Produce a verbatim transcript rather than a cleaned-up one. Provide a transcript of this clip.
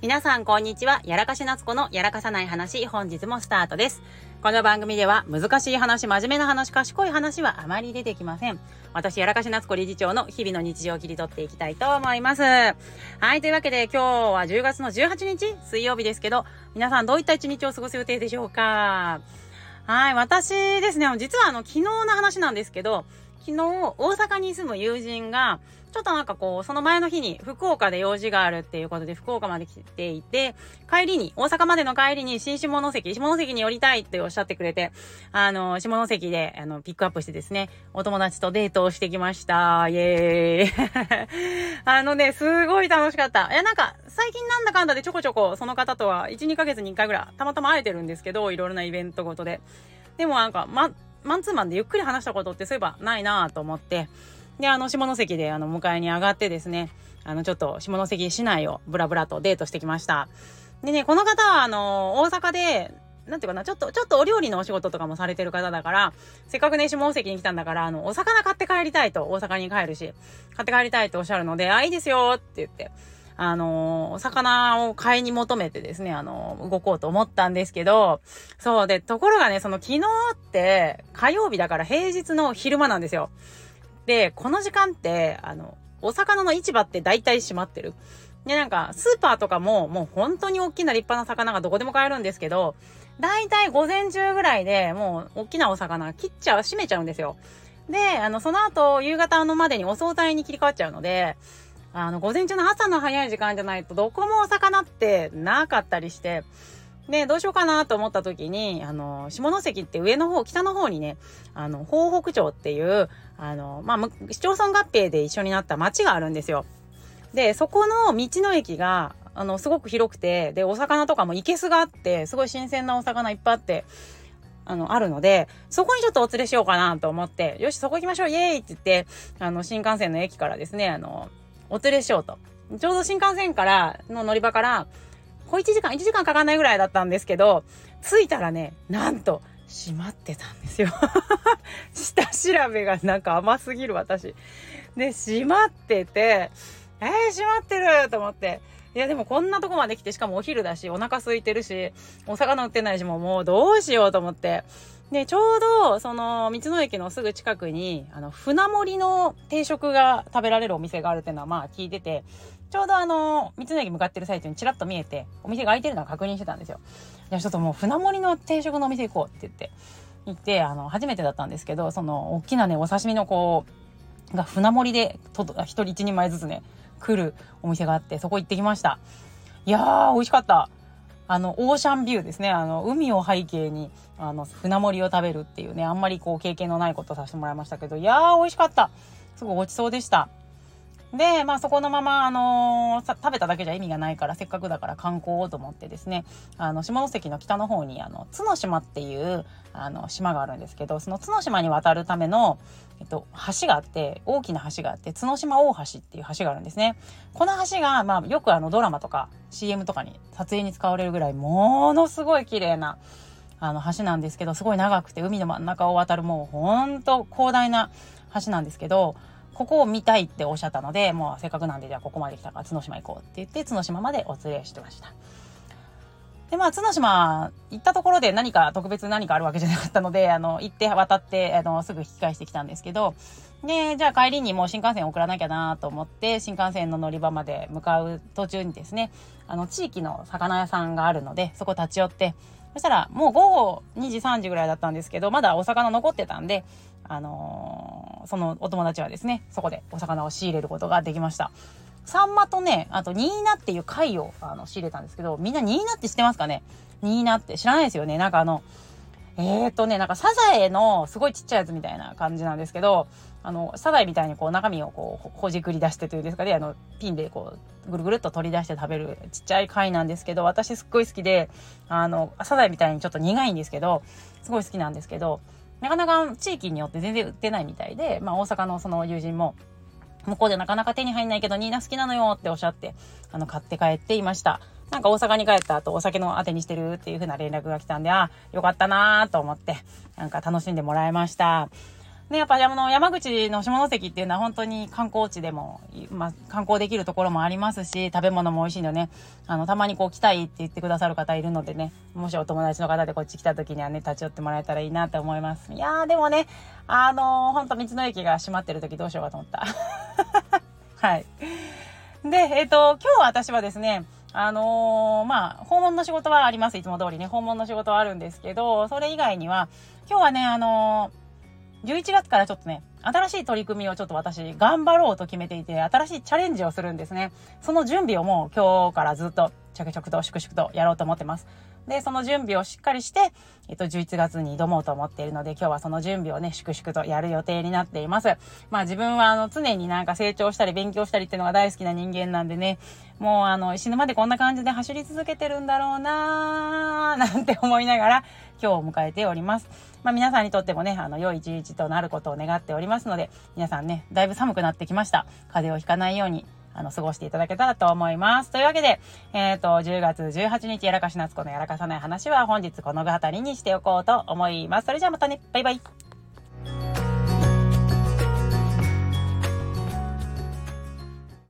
皆さんこんにちは。やらかし夏子のやらかさない話、本日もスタートです。この番組では難しい話、真面目な話、賢い話はあまり出てきません。私やらかし夏子理事長の日々の日常を切り取っていきたいと思います。はい、というわけで今日はじゅうがつのじゅうはちにち水曜日ですけど、皆さんどういった一日を過ごす予定でしょうか。はい、私ですね、実はあの昨日の話なんですけど、昨日大阪に住む友人がちょっとなんかこうその前の日に福岡で用事があるっていうことで福岡まで来ていて、帰りに大阪までの帰りに新下関下関に寄りたいっておっしゃってくれて、あの下関であのピックアップしてですね、お友達とデートをしてきました。イエーイあのね、すごい楽しかった。いやなんか最近なんだかんだでちょこちょこその方とはいち、にかげつにいっかいぐらいたまたま会えてるんですけど、いろいろなイベントごとで。でもなんかまマンツーマンでゆっくり話したことってそういえばないなと思って、であの下関であの迎えに上がってですね、あのちょっと下関市内をブラブラとデートしてきました。でね、この方はあの大阪でなんていうかな、ちょっとちょっとお料理のお仕事とかもされてる方だから、せっかくね下関に来たんだからあのお魚買って帰りたいと、大阪に帰るし買って帰りたいとおっしゃるので、あいいですよって言って、あのー、お魚を買いに求めてですね、あのー、動こうと思ったんですけど、そうで、ところがね、その昨日って火曜日だから平日の昼間なんですよ。で、この時間って、あの、お魚の市場って大体閉まってる。で、なんか、スーパーとかも、もう本当に大きな立派な魚がどこでも買えるんですけど、大体午前中ぐらいでもう大きなお魚切っちゃう、閉めちゃうんですよ。で、あの、その後、夕方のまでにお惣菜に切り替わっちゃうので、あの、午前中の朝の早い時間じゃないとどこもお魚ってなかったりして、で、どうしようかなと思った時に、あの、下関って上の方、北の方にね、あの、豊北町っていう、あの、まあ、市町村合併で一緒になった町があるんですよ。で、そこの道の駅が、あの、すごく広くて、で、お魚とかも生けすがあって、すごい新鮮なお魚いっぱいあって、あの、あるので、そこにちょっとお連れしようかなと思って、よし、そこ行きましょう、イエーイって言って、あの、新幹線の駅からですね、あの、お連れしようと。ちょうど新幹線からの乗り場から、小いちじかん、いちじかんかかんないぐらいだったんですけど、着いたらね、なんと、閉まってたんですよ。下調べがなんか甘すぎる私。で、閉まってて、えー、閉まってると思って。いや、でもこんなとこまで来て、しかもお昼だし、お腹空いてるし、お魚売ってないし、もうもうどうしようと思って。で、ちょうど、その、道の駅のすぐ近くに、あの、船盛りの定食が食べられるお店があるっていうのは、まあ聞いてて、ちょうどあの、道の駅向かってる最中にチラッと見えて、お店が開いてるのを確認してたんですよ。いや、ちょっともう船盛りの定食のお店行こうって言って、行って、あの、初めてだったんですけど、その、大きなね、お刺身のこう、が船盛りで、と、一人一人前ずつね、来るお店があって、そこ行ってきました。いやー、美味しかった。あの、オーシャンビューですね。あの、海を背景に、あの、船盛りを食べるっていうね、あんまりこう、経験のないことをさせてもらいましたけど、いやー、美味しかった。すごいごちそうでした。で、まあそこのまま、あのー、さ食べただけじゃ意味がないから、せっかくだから観光をと思ってですね、あの、下関の北の方に、あの、角島っていう、あの、島があるんですけど、その角島に渡るための、えっと、橋があって、大きな橋があって、角島大橋っていう橋があるんですね。この橋が、まあ、よくあの、ドラマとか シーエム とかに撮影に使われるぐらい、ものすごい綺麗な、あの、橋なんですけど、すごい長くて、海の真ん中を渡る、もう、ほんと広大な橋なんですけど、ここを見たいっておっしゃったので、もうせっかくなんでじゃあここまで来たから角島行こうって言って角島までお連れしてました。でまあ角島行ったところで何か特別何かあるわけじゃなかったので、あの行って渡ってあのすぐ引き返してきたんですけど、でじゃあ帰りにもう新幹線送らなきゃなと思って新幹線の乗り場まで向かう途中にですね、あの地域の魚屋さんがあるのでそこ立ち寄って、そしたらもう午後にじさんじぐらいだったんですけど、まだお魚残ってたんで、あのー、そのお友達はですね、そこでお魚を仕入れることができました。サンマとね、あとニーナっていう貝をあの仕入れたんですけど、みんなニーナって知ってますかね？ニーナって知らないですよね。なんかあの、えーっとね、なんかサザエのすごいちっちゃいやつみたいな感じなんですけど、あの、サザエみたいにこう中身をこう、ほじくり出してというですかね、あの、ピンでこう、ぐるぐるっと取り出して食べるちっちゃい貝なんですけど、私すっごい好きで、あの、サザエみたいにちょっと苦いんですけど、すごい好きなんですけど、なかなか地域によって全然売ってないみたいで、まあ大阪のその友人も、向こうでなかなか手に入んないけどニーナ好きなのよっておっしゃって、あの、買って帰っていました。なんか大阪に帰った後お酒のあてにしてるっていう風な連絡が来たんで、あ、よかったなと思って、なんか楽しんでもらいました。 ね、やっぱあの山口の下関っていうのは本当に観光地でも、まあ、観光できるところもありますし、食べ物も美味しいのでね、あのたまにこう来たいって言ってくださる方いるのでね、もしお友達の方でこっち来た時にはね、立ち寄ってもらえたらいいなと思います。いやーでもね、あのー、本当道の駅が閉まってる時どうしようかと思ったはい。で、えっと今日私はですね、あのー、まあ訪問の仕事はあります。いつも通りね、訪問の仕事はあるんですけど、それ以外には今日はね、あのーじゅういちがつからちょっとね、新しい取り組みをちょっと私頑張ろうと決めていて、新しいチャレンジをするんですね。その準備をもう今日からずっと着々と粛々とやろうと思ってます。で、その準備をしっかりして、えっと、じゅういちがつに挑もうと思っているので、今日はその準備をね、粛々とやる予定になっています。まあ自分はあの、常になんか成長したり勉強したりっていうのが大好きな人間なんでね、もうあの、死ぬまでこんな感じで走り続けてるんだろうなー、なんて思いながら今日を迎えております。まあ皆さんにとってもね、あの、良い一日となることを願っておりますので、皆さんね、だいぶ寒くなってきました。風邪をひかないように、あの、過ごしていただけたらと思います。というわけで、えっと、じゅうがつじゅうはちにち、やらかし夏子のやらかさない話は本日この辺りにしておこうと思います。それじゃあまたね、バイバイ。